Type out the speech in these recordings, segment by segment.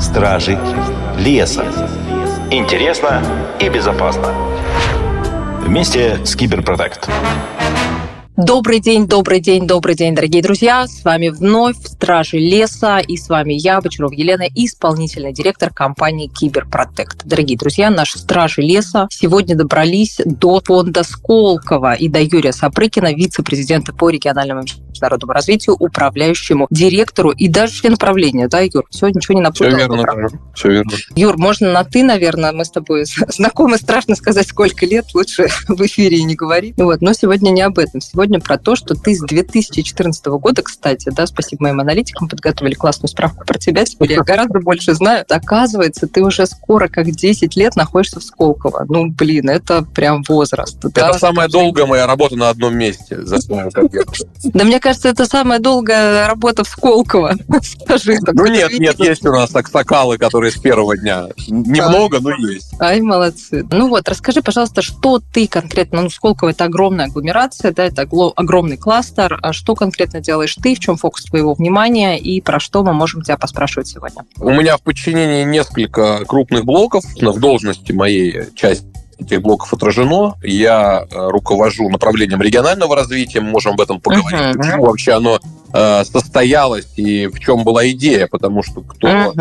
Стражи леса. Интересно и безопасно. Вместе с Киберпротект. Добрый день, дорогие друзья. С вами вновь Стражи леса, и с вами я, Бочарова Елена, исполнительный директор компании Киберпротект. Дорогие друзья, наши Стражи леса сегодня добрались до фонда Сколково и до Юрия Сапрыкина, вице-президента по региональному международному развитию, управляющему директору и даже член правления. Да, Юр? Все, ничего не напутал. Все верно. Юр, можно на «ты», наверное, мы с тобой знакомы, страшно сказать, сколько лет, лучше в эфире не говорить. Но сегодня не об этом. Сегодня про то, что ты с 2014 года, кстати, да, спасибо моим аналитикам, подготовили классную справку про тебя, теперь я гораздо больше знаю. Оказывается, ты уже скоро, как 10 лет, находишься в Сколково. Это прям возраст. Это самая долгая моя работа на одном месте за свою карьеру. Да, мне кажется, это самая долгая работа в Сколково. Скажи. Нет, есть у нас аксакалы, которые с первого дня. Немного, но есть. Ай, молодцы. Расскажи, пожалуйста, что ты конкретно... Сколково — это огромная агломерация, да, это огромный кластер. Что конкретно делаешь ты, в чем фокус твоего внимания и про что мы можем тебя поспрашивать сегодня? У меня в подчинении несколько крупных блоков. В должности моей часть этих блоков отражено. Я руковожу направлением регионального развития. Мы можем об этом поговорить. Почему вообще оно состоялось и в чем была идея. Потому что кто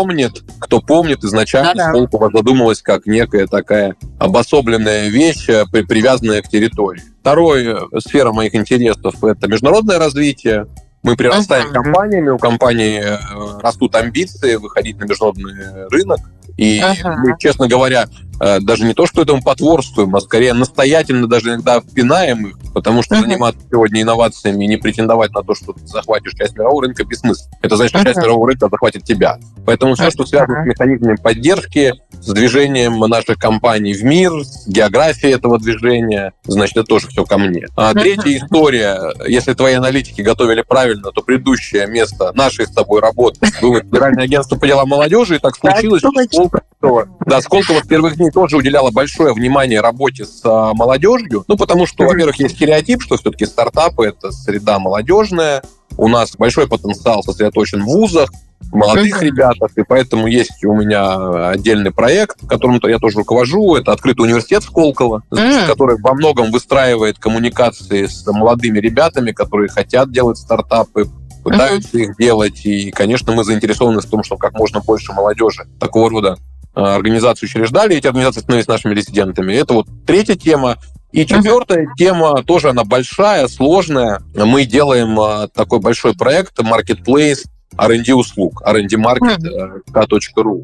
помнит, изначально Сколково задумалось как некая такая обособленная вещь, привязанная к территории. Вторая сфера моих интересов – это международное развитие. Мы прирастаем компаниями, у компаний растут амбиции выходить на международный рынок. И мы, честно говоря, даже не то, что этому потворствуем, а скорее настоятельно даже иногда впинаем их, потому что заниматься сегодня инновациями и не претендовать на то, что ты захватишь часть мирового рынка, бессмысленно. Это значит, что часть мирового рынка захватит тебя. Поэтому все, что связано с механизмами поддержки, с движением наших компаний в мир, с географией этого движения, значит, это тоже все ко мне. А третья история, если твои аналитики готовили правильно, то предыдущее место нашей с тобой работы было Федеральное агентство по делам молодежи, и так случилось, что Сколково с первых дней тоже уделяло большое внимание работе с молодежью, потому что, во-первых, есть стереотип, что все-таки стартапы — это среда молодежная, у нас большой потенциал сосредоточен в вузах, в молодых ребятах, и поэтому есть у меня отдельный проект, которым я тоже руковожу, это открытый университет Сколково, который во многом выстраивает коммуникации с молодыми ребятами, которые хотят делать стартапы, пытаются их делать, и, конечно, мы заинтересованы в том, чтобы как можно больше молодежи такого рода организации учреждали, эти организации становились нашими резидентами. Это третья тема. И четвертая тема, тоже она большая, сложная. Мы делаем такой большой проект Marketplace R&D услуг, rndmarket.ru.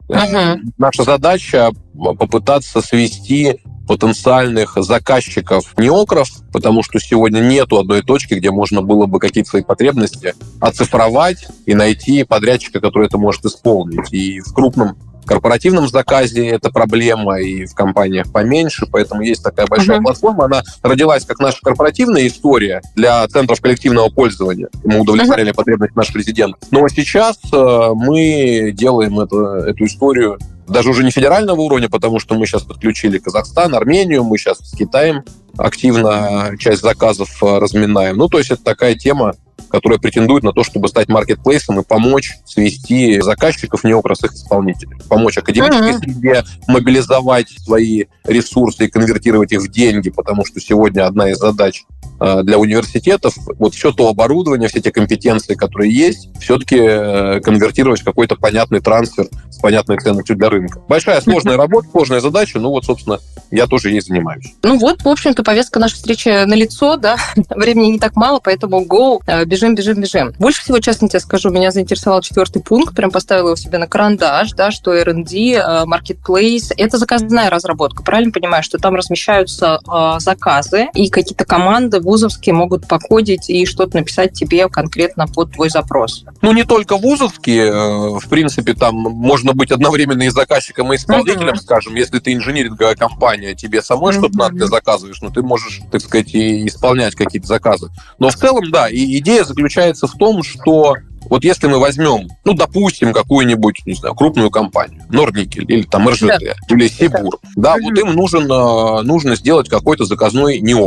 Наша задача попытаться свести потенциальных заказчиков неокров, потому что сегодня нету одной точки, где можно было бы какие-то свои потребности оцифровать и найти подрядчика, который это может исполнить. И в крупном корпоративном заказе это проблема, и в компаниях поменьше, поэтому есть такая большая платформа. Она родилась как наша корпоративная история для центров коллективного пользования. Мы удовлетворяли потребности наших резидентов. Но сейчас мы делаем эту историю даже уже не федерального уровня, потому что мы сейчас подключили Казахстан, Армению, мы сейчас с Китаем активно часть заказов разминаем. То есть это такая тема, которая претендует на то, чтобы стать маркетплейсом и помочь свести заказчиков неокров с их исполнителей. Помочь академической среде мобилизовать свои ресурсы и конвертировать их в деньги, потому что сегодня одна из задач для университетов все то оборудование, все те компетенции, которые есть, все-таки конвертировать в какой-то понятный трансфер с понятной ценностью для рынка. Большая сложная работа, сложная задача, собственно, я тоже ей занимаюсь. В общем-то, повестка нашей встречи налицо, да, времени не так мало, поэтому go, бежим. Больше всего, честно тебе скажу, меня заинтересовал 4-й пункт, прям поставила его себе на карандаш, да, что R&D, Marketplace, это заказная разработка, правильно понимаю, что там размещаются заказы, и какие-то команды вузовские могут покодить и что-то написать тебе конкретно под твой запрос? Не только вузовские, в принципе, там можно быть одновременно и заказчиком, и исполнителем, скажем, если ты инжиниринговая компания, тебе самой что-то надо, ты заказываешь, ты можешь, так сказать, и исполнять какие-то заказы. Но в целом, да, и идея заключается в том, что если мы возьмем, допустим, какую-нибудь, не знаю, крупную компанию, Норникель или там РЖД, или Сибур, им нужно сделать какой-то заказной неокр.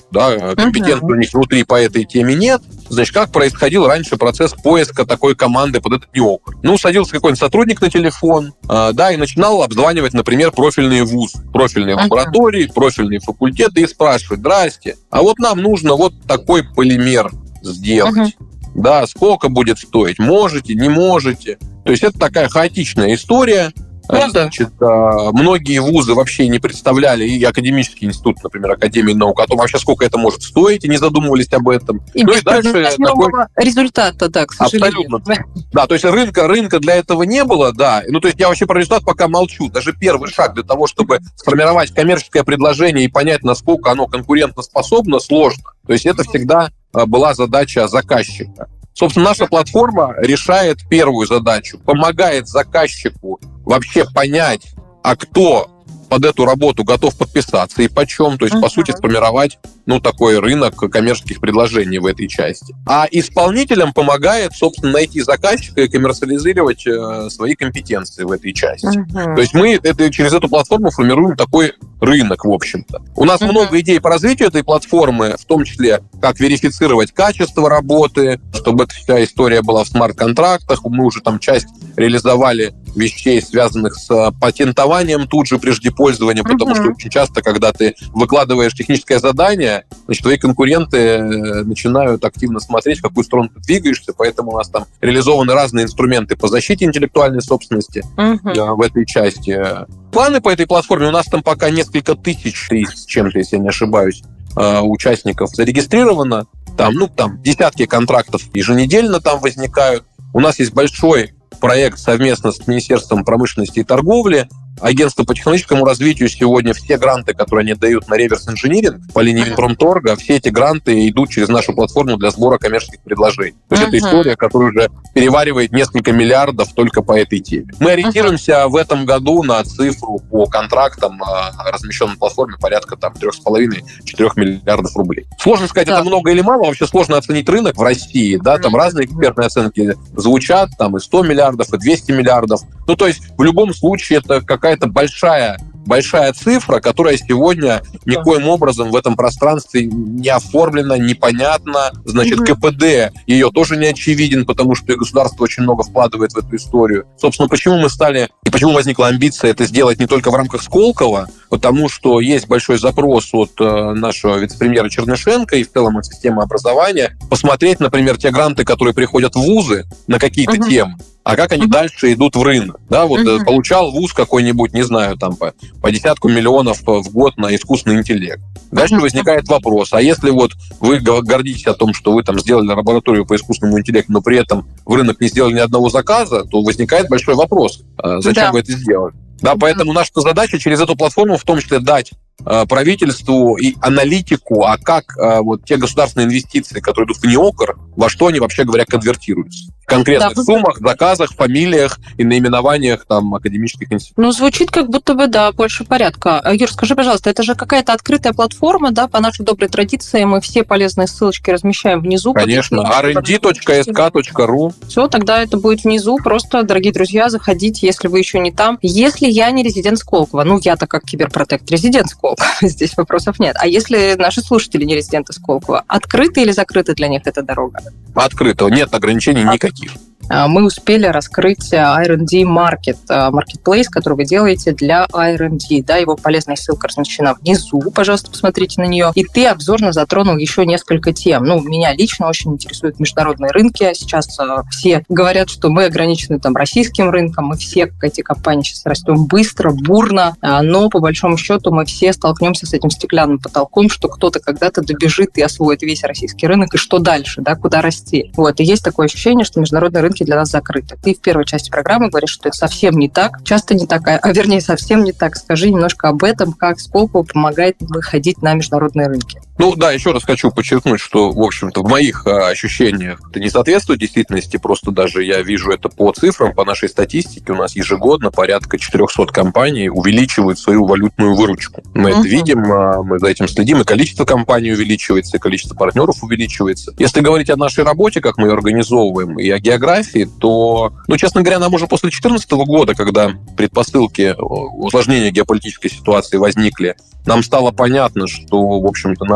да, компетенции у них внутри по этой теме нет. Значит, как происходил раньше процесс поиска такой команды под этот НИОКР? Ну, садился какой-нибудь сотрудник на телефон, да, и начинал обзванивать, например, профильные вузы, профильные лаборатории, профильные факультеты и спрашивать: здрасте, а вот нам нужно вот такой полимер сделать. Да, сколько будет стоить? Можете, не можете? То есть это такая хаотичная история. Значит, многие вузы вообще не представляли, и академический институт, например, Академии наук, о том вообще, сколько это может стоить, и не задумывались об этом. И без прогнозируемого результата, да, к сожалению. Абсолютно. Да, то есть рынка для этого не было, да. Ну, то есть я вообще про результат пока молчу. Даже первый шаг для того, чтобы сформировать коммерческое предложение и понять, насколько оно конкурентоспособно, сложно. То есть это всегда была задача заказчика. Собственно, наша платформа решает первую задачу, помогает заказчику вообще понять, а кто под эту работу готов подписаться и почем, то есть, по сути, сформировать, ну, такой рынок коммерческих предложений в этой части. А исполнителям помогает, собственно, найти заказчика и коммерциализировать свои компетенции в этой части. То есть мы через эту платформу формируем такой рынок, в общем-то. У нас много идей по развитию этой платформы, в том числе, как верифицировать качество работы, чтобы эта вся история была в смарт-контрактах. Мы уже там часть реализовали вещей, связанных с патентованием тут же прежде пользования, потому что очень часто, когда ты выкладываешь техническое задание, значит, твои конкуренты начинают активно смотреть, в какую сторону ты двигаешься, поэтому у нас там реализованы разные инструменты по защите интеллектуальной собственности в этой части. Планы по этой платформе, у нас там пока несколько тысяч с чем-то, если я не ошибаюсь, участников зарегистрировано. Там десятки контрактов еженедельно там возникают. У нас есть большой проект совместно с Министерством промышленности и торговли. Агентство по технологическому развитию сегодня все гранты, которые они дают на реверс-инжиниринг по линии Минпромторга, все эти гранты идут через нашу платформу для сбора коммерческих предложений. То есть это история, которая уже переваривает несколько миллиардов только по этой теме. Мы ориентируемся в этом году на цифру по контрактам, размещенным на платформе, порядка 3,5-4 миллиардов рублей. Сложно сказать, это много или мало, вообще сложно оценить рынок в России, да, там разные экспертные оценки звучат, там и 100 миллиардов, и 200 миллиардов. Ну, то есть в любом случае это какая-то большая цифра, которая сегодня никоим образом в этом пространстве не оформлена, непонятна. Значит, КПД ее тоже не очевиден, потому что государство очень много вкладывает в эту историю. Собственно, почему мы стали и почему возникла амбиция это сделать не только в рамках Сколково, потому что есть большой запрос от нашего вице-премьера Чернышенко и в целом от системы образования посмотреть, например, те гранты, которые приходят в вузы на какие-то темы, а как они дальше идут в рынок. Да, вот получал вуз какой-нибудь, не знаю, там по десятку миллионов в год на искусственный интеллект. Дальше возникает вопрос, а если вот вы гордитесь о том, что вы там сделали лабораторию по искусственному интеллекту, но при этом в рынок не сделали ни одного заказа, то возникает большой вопрос, зачем вы это сделали. Да, поэтому наша задача через эту платформу в том числе дать правительству и аналитику, а как вот те государственные инвестиции, которые идут в НИОКР, во что они, вообще говоря, конвертируются. В конкретных суммах, заказах, фамилиях и наименованиях там академических институтов. Ну, звучит как будто бы, да, больше порядка. Юр, скажи, пожалуйста, это же какая-то открытая платформа, да, по нашей доброй традиции мы все полезные ссылочки размещаем внизу. Конечно, rnd.sk.ru. Все, тогда это будет внизу. Просто, дорогие друзья, заходите, если вы еще не там. Если я не резидент Сколково, ну, я-то как киберпротект резидент Сколково, здесь вопросов нет. А если наши слушатели не резиденты Сколково, открыта или закрыта для них эта дорога? Открыто, нет ограничений никаких. Мы успели раскрыть R&D Market, marketplace, который вы делаете для R&D. Да, его полезная ссылка размещена внизу, пожалуйста, посмотрите на нее. И ты обзорно затронул еще несколько тем. Ну, меня лично очень интересуют международные рынки. Сейчас все говорят, что мы ограничены там российским рынком, мы все, как эти компании, сейчас растем быстро, бурно, но по большому счету мы все столкнемся с этим стеклянным потолком, что кто-то когда-то добежит и освоит весь российский рынок, и что дальше, да, куда расти. Вот, и есть такое ощущение, что международные рынки для нас закрыты. Ты в первой части программы говоришь, что это совсем не так, часто не так, а вернее совсем не так. Скажи немножко об этом, как Сколково помогает выходить на международные рынки. Ну да, еще раз хочу подчеркнуть, что, в общем-то, в моих ощущениях это не соответствует действительности, просто даже я вижу это по цифрам, по нашей статистике. У нас ежегодно порядка 400 компаний увеличивают свою валютную выручку. Мы это видим, мы за этим следим, и количество компаний увеличивается, и количество партнеров увеличивается. Если говорить о нашей работе, как мы ее организовываем, и о географии, то, ну, честно говоря, нам уже после 2014 года, когда предпосылки усложнения геополитической ситуации возникли, нам стало понятно, что, в общем-то, надо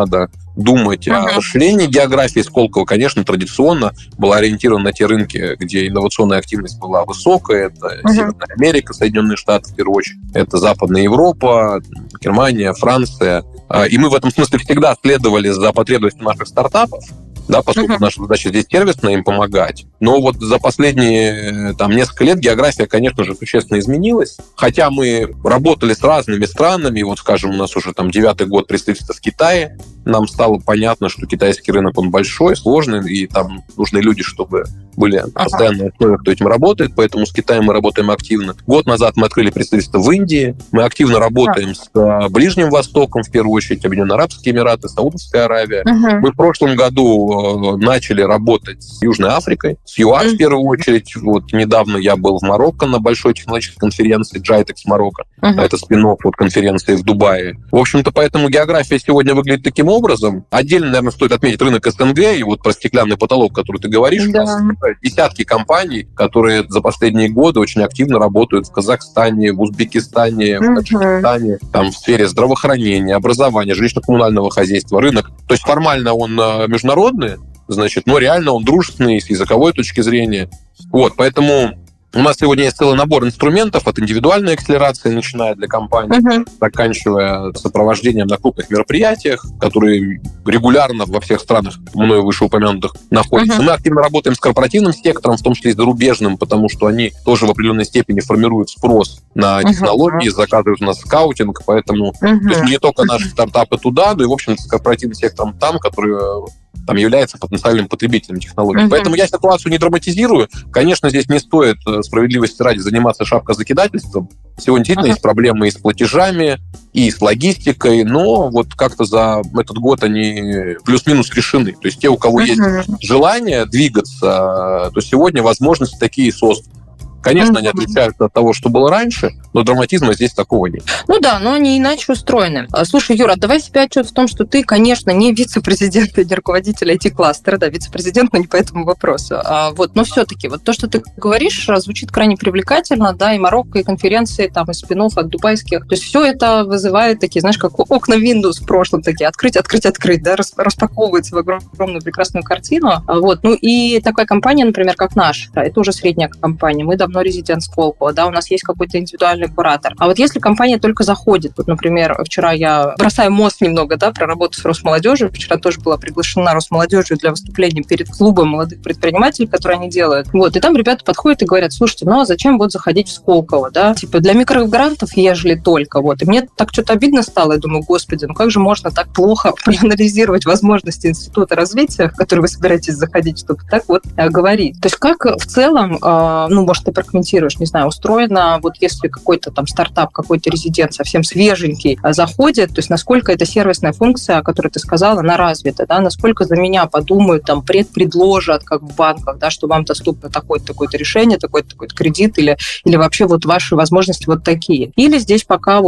думать о расширении географии. Сколково, конечно, традиционно была ориентирована на те рынки, где инновационная активность была высокая. Это Северная Америка, Соединенные Штаты, в первую очередь. Это Западная Европа, Германия, Франция. И мы в этом смысле всегда следовали за потребностью наших стартапов, да, поскольку наша задача здесь сервисная, им помогать. Но вот за последние несколько лет география, конечно же, существенно изменилась. Хотя мы работали с разными странами, вот, скажем, у нас уже 9-й год представительства в Китае, нам стало понятно, что китайский рынок, он большой, сложный, и там нужны люди, чтобы были постоянные условия, кто этим работает, поэтому с Китаем мы работаем активно. Год назад мы открыли представительство в Индии, мы активно работаем с Ближним Востоком, в первую очередь Объединенные Арабские Эмираты, Саудовская Аравия. Мы в прошлом году начали работать с Южной Африкой, с ЮАР в первую очередь. Вот недавно я был в Марокко на большой технологической конференции GITEX Марокко. Это спин-офф от конференции в Дубае. В общем-то, поэтому география сегодня выглядит таким образом. Отдельно, наверное, стоит отметить рынок СНГ, и вот про стеклянный потолок, который ты говоришь, у нас десятки компаний, которые за последние годы очень активно работают в Казахстане, в Узбекистане, в Таджикистане, в сфере здравоохранения, образования, жилищно-коммунального хозяйства. Рынок, то есть формально он международный, но реально он дружественный с языковой точки зрения. Вот, поэтому у нас сегодня есть целый набор инструментов, от индивидуальной акселерации, начиная для компаний, заканчивая сопровождением на крупных мероприятиях, которые регулярно во всех странах, мною вышеупомянутых, находятся. Мы активно работаем с корпоративным сектором, в том числе и с зарубежным, потому что они тоже в определенной степени формируют спрос на технологии, заказывают у нас скаутинг, поэтому то есть не только наши стартапы туда, но и, в общем-то, с корпоративным сектором там, который является потенциальным потребителем технологий. Поэтому я ситуацию не драматизирую. Конечно, здесь не стоит, справедливости ради, заниматься шапкозакидательством. Сегодня действительно есть проблемы и с платежами, и с логистикой, но вот как-то за этот год они плюс-минус решены. То есть те, у кого есть желание двигаться, то сегодня возможности такие созданы. Конечно, они отличаются от того, что было раньше, но драматизма здесь такого нет. Ну да, но они иначе устроены. Слушай, Юра, давай себе отчет в том, что ты, конечно, не вице-президент и не руководитель IT-кластера, да, вице-президент, но не по этому вопросу. Но все-таки вот то, что ты говоришь, звучит крайне привлекательно, да, и Марокко, и конференции, и спин-офф от дубайских. То есть все это вызывает такие, знаешь, как окна Windows в прошлом, такие открыть, да, распаковывается в огромную прекрасную картину. Ну и такая компания, например, как наша, это уже средняя компания, мы давно резидент Сколково, да, у нас есть какой-то индивидуальный куратор. А вот если компания только заходит, вот, например, вчера я бросаю мост немного, да, про работу с Росмолодежью, вчера тоже была приглашена Росмолодежью для выступления перед клубом молодых предпринимателей, которые они делают. Вот, и там ребята подходят и говорят: слушайте, а зачем заходить в Сколково, да, для микрогрантов ежели только, вот. И мне так что-то обидно стало, я думаю, господи, как же можно так плохо проанализировать возможности Института развития, в который вы собираетесь заходить, чтобы так говорить. То есть как в целом, может, ты прокомментируешь, не знаю, устроено, если какой-то стартап, какой-то резидент совсем свеженький заходит, то есть насколько эта сервисная функция, о которой ты сказала, она развита, да, насколько за меня подумают, предпредложат, как в банках, да, что вам доступно такое-то решение, такой-то кредит или вообще ваши возможности такие. Или здесь пока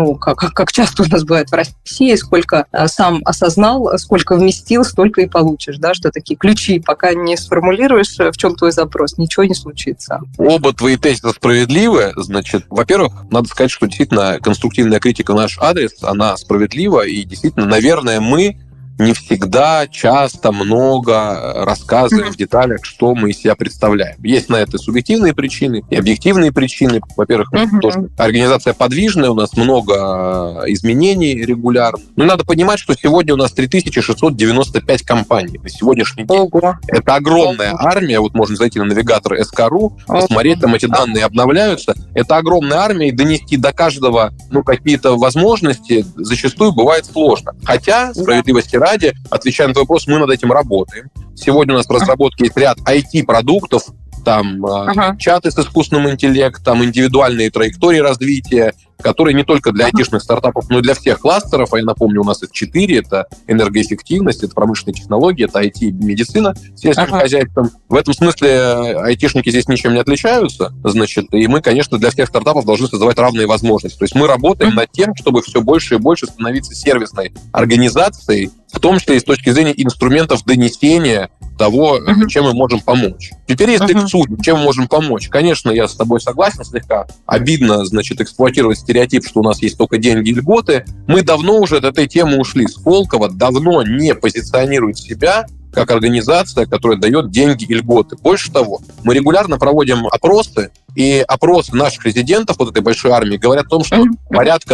как часто у нас бывает в России, сколько сам осознал, сколько вместил, столько и получишь, да, что такие ключи, пока не сформулируешь, в чем твой запрос, ничего не случится. Оба твои тезисы справедливы. Во-первых, надо сказать, что действительно конструктивная критика в наш адрес, она справедлива, и действительно, наверное, мы не всегда, часто, много рассказываем в деталях, что мы из себя представляем. Есть на это субъективные причины и объективные причины. Во-первых, тоже организация подвижная, у нас много изменений регулярно. Но надо понимать, что сегодня у нас 3695 компаний на сегодняшний день. Это огромная армия. Вот можно зайти на навигатор СК.ру, посмотреть, там эти данные обновляются. Это огромная армия, и донести до каждого какие-то возможности зачастую бывает сложно. Хотя, справедливости ради, отвечая на твой вопрос, мы над этим работаем. Сегодня у нас в разработке есть ряд IT-продуктов, чаты с искусственным интеллектом, индивидуальные траектории развития, которые не только для айтишных стартапов, но и для всех кластеров. А я напомню, у нас их 4. Это энергоэффективность, это промышленные технологии, это IT-медицина с сельским хозяйством. В этом смысле айтишники здесь ничем не отличаются. И мы, конечно, для всех стартапов должны создавать равные возможности. То есть мы работаем над тем, чтобы все больше и больше становиться сервисной организацией, в том числе и с точки зрения инструментов донесения того, чем мы можем помочь. Теперь, если к сути, чем мы можем помочь, конечно, я с тобой согласен, слегка обидно, значит, эксплуатировать стереотип, что у нас есть только деньги и льготы. Мы давно уже от этой темы ушли. Сколково давно не позиционирует себя как организация, которая дает деньги и льготы. Больше того, мы регулярно проводим опросы, и опросы наших резидентов вот этой большой армии говорят о том, что порядка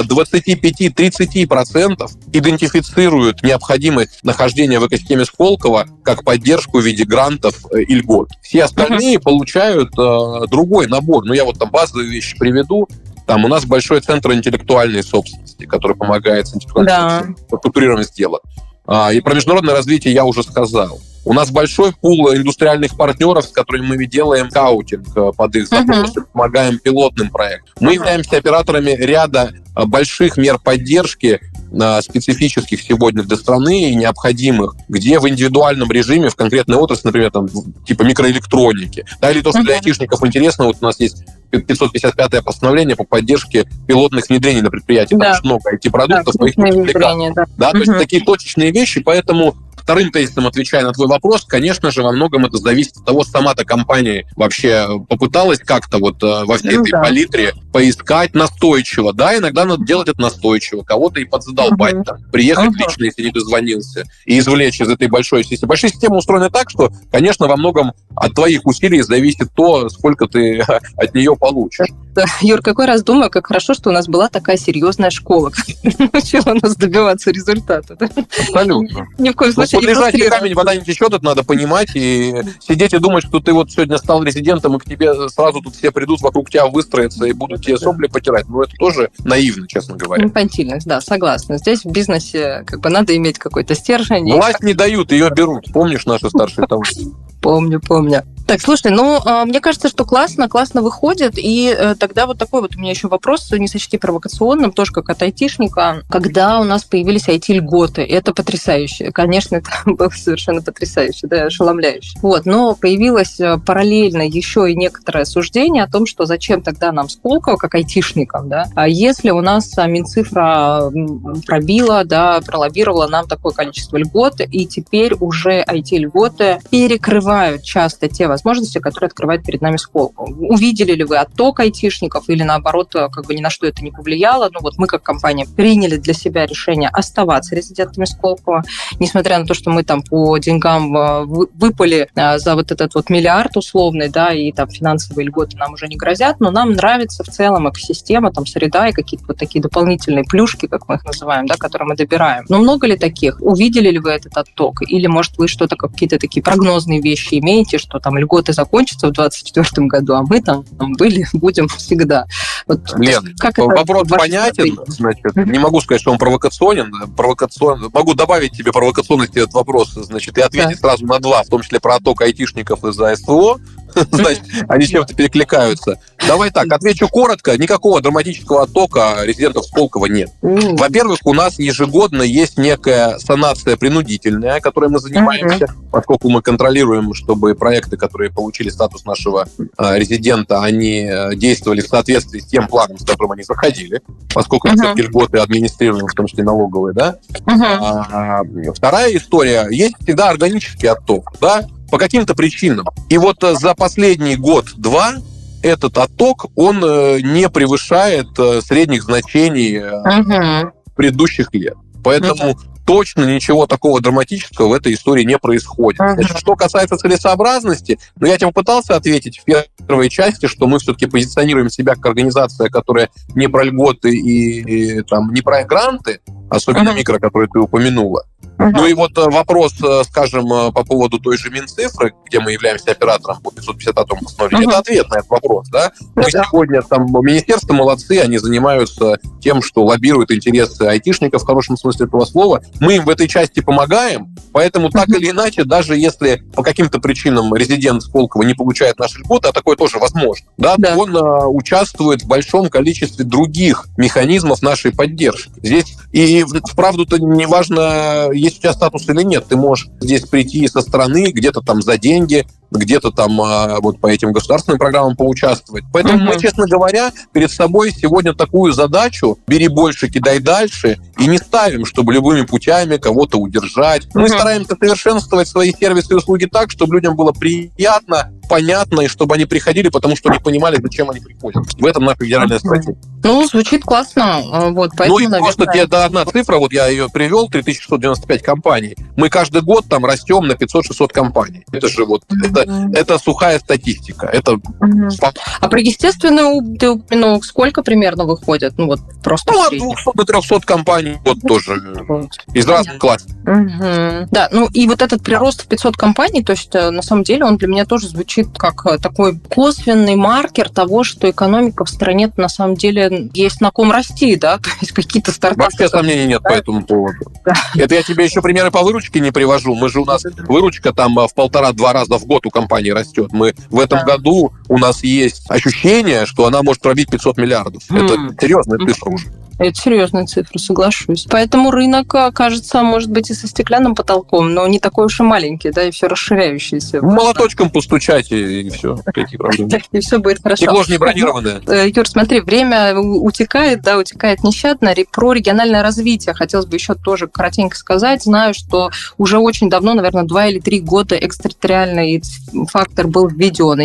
25-30% идентифицируют необходимость нахождения в экосистеме Сколково как поддержку в виде грантов и льгот. Все остальные получают другой набор. Я вот там базовые вещи приведу. Там у нас большой центр интеллектуальной собственности, который помогает с интеллектуальной структурированием сделок. И про международное развитие я уже сказал. У нас большой пул индустриальных партнеров, с которыми мы делаем скаутинг под их запросы, помогаем пилотным проектам. Мы являемся операторами ряда больших мер поддержки, специфических сегодня для страны и необходимых, где в индивидуальном режиме в конкретной отрасли, например, там, типа микроэлектроники, или то, что для айтишников интересно, вот у нас есть 555-е постановление по поддержке пилотных внедрений на предприятии. Там очень много IT-продуктов, но их не привлекают. То есть такие точечные вещи, поэтому вторым тезисом, отвечая на твой вопрос, конечно же, во многом это зависит от того, сама-то компания вообще попыталась как-то вот во всей этой палитре поискать настойчиво. Да, иногда надо делать это настойчиво, кого-то и подзадолбать, там, приехать лично, если не дозвонился, и извлечь из этой большой системы. Большая система устроена так, что, конечно, во многом от твоих усилий зависит то, сколько ты от нее получишь. Да, Юр, какой раз думаю, как хорошо, что у нас была такая серьезная школа, которая научила нас добиваться результата. Абсолютно. Ни в коем случае не лежачий камень, вода не течет, это надо понимать, и сидеть и думать, что ты вот сегодня стал резидентом, и к тебе сразу тут все придут, вокруг тебя выстроятся и будут тебе сопли потирать. Это тоже наивно, честно говоря. Инфантильность, да, согласна. Здесь в бизнесе надо иметь какой-то стержень. Власть не дают, ее берут. Помнишь наши старшие товарищи? Помню. Так, слушай, мне кажется, что классно выходит, и тогда вот такой вот у меня еще вопрос, не сочти провокационным, тоже как от айтишника, когда у нас появились IT-льготы, это потрясающе. Конечно, это было совершенно потрясающе, да, ошеломляюще. Но появилось параллельно еще и некоторое суждение о том, что зачем тогда нам Сколково, как айтишникам, да, если у нас Минцифра пробила, да, пролоббировала нам такое количество льгот, и теперь уже IT-льготы перекрывают часто те возможности, которые открывает перед нами Сколково. Увидели ли вы отток айтишников или, наоборот, ни на что это не повлияло? Мы, как компания, приняли для себя решение оставаться резидентами Сколково, несмотря на то, что мы там по деньгам выпали за вот этот вот миллиард условный, да, и там финансовые льготы нам уже не грозят, но нам нравится в целом экосистема, там среда и какие-то вот такие дополнительные плюшки, как мы их называем, да, которые мы добираем. Но много ли таких? Увидели ли вы этот отток? Или, может, вы что-то, какие-то такие прогнозные вещи имеете, что там льготы закончатся в 2024 году, а мы там будем всегда. Лен, вопрос понятен, значит, не могу сказать, что он провокационен. Могу добавить тебе провокационности этот вопрос, значит, и ответить сразу на два, в том числе про отток айтишников из-за СВО. Значит, они чем-то перекликаются. Давай так, отвечу коротко. Никакого драматического оттока резидентов Сколково нет. Во-первых, у нас ежегодно есть некая санация принудительная, которой мы занимаемся, поскольку мы контролируем, чтобы проекты, которые получили статус нашего резидента, они действовали в соответствии с тем планом, с которым они заходили, поскольку мы все-таки льготы администрируем, в том числе налоговые, да? Вторая история. Есть всегда органический отток, да? По каким-то причинам. И вот за последний год-два этот отток, он не превышает средних значений предыдущих лет. Поэтому точно ничего такого драматического в этой истории не происходит. Значит, что касается целесообразности, я тебе пытался ответить в первой части, что мы все-таки позиционируем себя как организация, которая не про льготы и там, не про гранты, особенно микро, которые ты упомянула. И вот вопрос, скажем, по поводу той же Минцифры, где мы являемся оператором по 555-му постановлению, это ответ на этот вопрос, да? Мы сегодня, министерство молодцы, они занимаются тем, что лоббируют интересы айтишников в хорошем смысле этого слова. Мы им в этой части помогаем, поэтому так или иначе, даже если по каким-то причинам резидент Сколково не получает наши льготы, а такое тоже возможно, да. Он участвует в большом количестве других механизмов нашей поддержки. Здесь и вправду-то не важно, есть у тебя статус или нет. Ты можешь здесь прийти со стороны, где-то там за деньги, где-то там вот по этим государственным программам поучаствовать. Поэтому мы, честно говоря, перед собой сегодня такую задачу «бери больше, кидай дальше» и не ставим, чтобы любыми путями кого-то удержать. Мы стараемся совершенствовать свои сервисы и услуги так, чтобы людям было приятно, понятно, и чтобы они приходили, потому что они понимали, зачем они приходят. В этом наша генеральная стратегия. Ну, звучит классно. Вот, поэтому, ну, и просто тебе одна цифра, вот я ее привел, 3695 компаний. Мы каждый год там растем на 500-600 компаний. Это же вот, это сухая статистика. Это... А про естественную ты упомянул, сколько примерно выходит? Ну, вот просто от 200 до 300 компаний вот тоже из разных классов. Да, ну и вот этот прирост в 500 компаний, то есть на самом деле он для меня тоже звучит как такой косвенный маркер того, что экономика в стране на самом деле есть на ком расти, да, то есть какие-то стартапы. Вообще сомнений нет по этому поводу. Да. Это я тебе еще примеры по выручке не привожу. Мы же у нас выручка там в 1,5-2 раза в год у компании растет. Мы в этом году у нас есть ощущение, что она может пробить 500 миллиардов. Это серьезная цифра уже. Это серьезная цифра, соглашусь. Поэтому рынок, кажется, может быть и со стеклянным потолком, но не такой уж и маленький, да, и все расширяющийся. Молоточком постучать, и все. Какие проблемы? И все будет хорошо. Стекло же не бронированное. Юр, смотри, время утекает нещадно. Про региональное развитие хотелось бы еще тоже коротенько сказать. Знаю, что уже очень давно, наверное, 2 или 3 года экстерриториальный фактор был введен.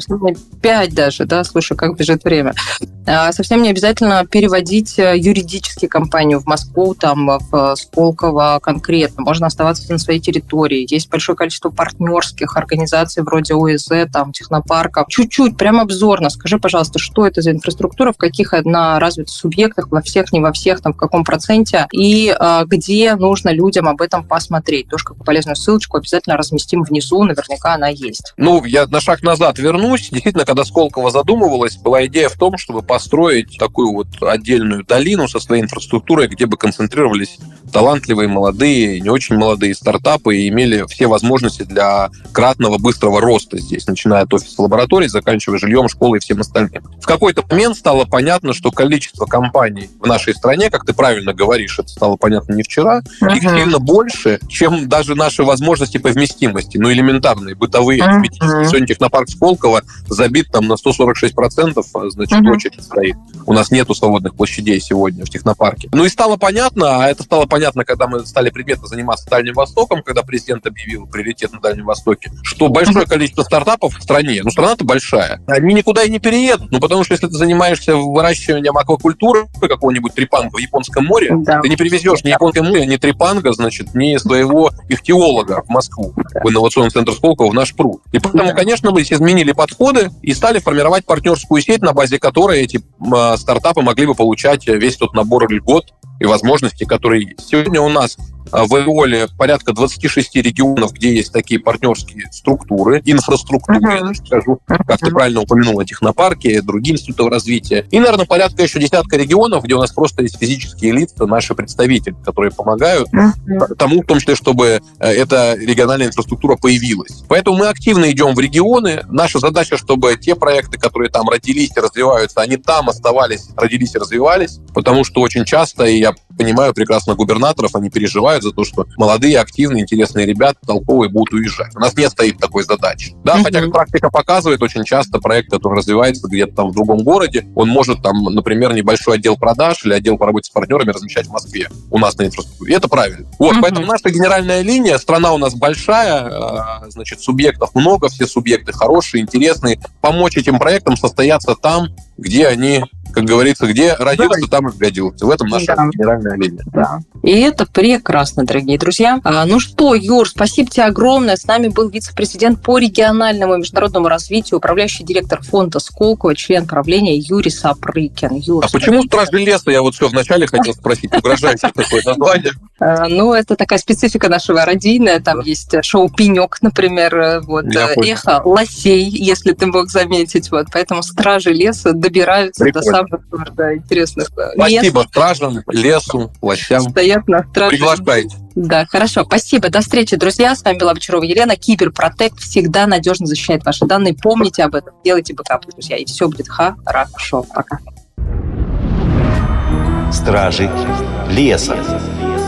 5 даже, да, слушай, как бежит время. Совсем не обязательно переводить юридически компанию в Москву, там, в Сколково конкретно. Можно оставаться на своей территории. Есть большое количество партнерских организаций вроде ОСЗ, там, технопарков. Чуть-чуть, прям обзорно. Скажи, пожалуйста, что это за инфраструктура, в каких она развита субъектах, во всех, не во всех, там, в каком проценте, и где нужно людям об этом посмотреть. Тоже как полезную ссылочку обязательно разместим внизу, наверняка она есть. Ну, я на шаг назад вернусь. Действительно, когда Сколково задумывалось, была идея в том, чтобы построить такую вот отдельную долину со своей инфраструктурой, где бы концентрировались талантливые, молодые, не очень молодые стартапы и имели все возможности для кратного быстрого роста здесь, начиная от офиса лабораторий, заканчивая жильем, школой и всем остальным. В какой-то момент стало понятно, что количество компаний в нашей стране, как ты правильно говоришь, это стало понятно не вчера, их сильно больше, чем даже наши возможности по вместимости, ну, элементарные, бытовые. Сегодня технопарк Сколково забит там на 146%, значит, очередь стоит. У нас нету свободных площадей сегодня в технопарке. Ну и стало понятно, а это стало понятно, когда мы стали предметно заниматься Дальним Востоком, когда президент объявил приоритет на Дальнем Востоке, что большое количество стартапов в стране, ну, страна-то большая, они никуда и не переедут, ну, потому что если ты занимаешься выращиванием аквакультуры какого-нибудь трипанга в Японском море, ты не привезешь ни японское море, ни трипанга, значит, ни своего ихтиолога в Москву, в инновационный центр Сколково, в наш пруд. И поэтому, конечно, мы изменили подходы и стали формировать партнерскую сеть, на базе которой эти стартапы могли бы получать весь тот набор льгот и возможностей, которые есть. Сегодня у нас в Эоле порядка 26 регионов, где есть такие партнерские структуры, инфраструктуры, скажу, как ты правильно упомянула, технопарки, другие институты развития. И, наверное, порядка еще десятка регионов, где у нас просто есть физические лица, наши представители, которые помогают тому, в том числе, чтобы эта региональная инфраструктура появилась. Поэтому мы активно идем в регионы. Наша задача, чтобы те проекты, которые там родились и развиваются, они там оставались, родились и развивались, потому что очень часто, и я понимаю прекрасно губернаторов, они переживают за то, что молодые, активные, интересные ребята, толковые будут уезжать. У нас не стоит такой задачи. Да, хотя, как практика показывает, очень часто проект, который развивается где-то там в другом городе, он может там, например, небольшой отдел продаж или отдел по работе с партнерами размещать в Москве у нас на инфраструктуре. И это правильно. Вот, поэтому наша генеральная линия, страна у нас большая, значит, субъектов много, все субъекты хорошие, интересные. Помочь этим проектам состояться там, где они, как говорится, где родился, там и сгодился. В этом наша генеральная линия. Да. И это прекрасно, дорогие друзья. Ну что, Юр, спасибо тебе огромное. С нами был вице-президент по региональному и международному развитию, управляющий директор фонда Сколково, член правления Юрий Сапрыкин. Юр, почему «Стражи леса»? Я вот все вначале хотел спросить. Угрожающее такое название. Ну, это такая специфика нашего радийная. Там есть шоу «Пенек», например, вот, «Эхо лосей», если ты мог заметить. Вот, поэтому «Стражи леса» добираются до самых интересных мест. Спасибо стражам, лесу, лосям. Стоят на страже. Приглашайте. Да, хорошо. Спасибо. До встречи, друзья. С вами была Бочарова Елена. Киберпротект всегда надежно защищает ваши данные. Помните об этом. Делайте бэкапы, друзья. И все будет хорошо. Пока. Стражи леса.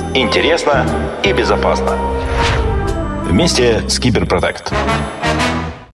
интересно и безопасно. Вместе с Киберпротект.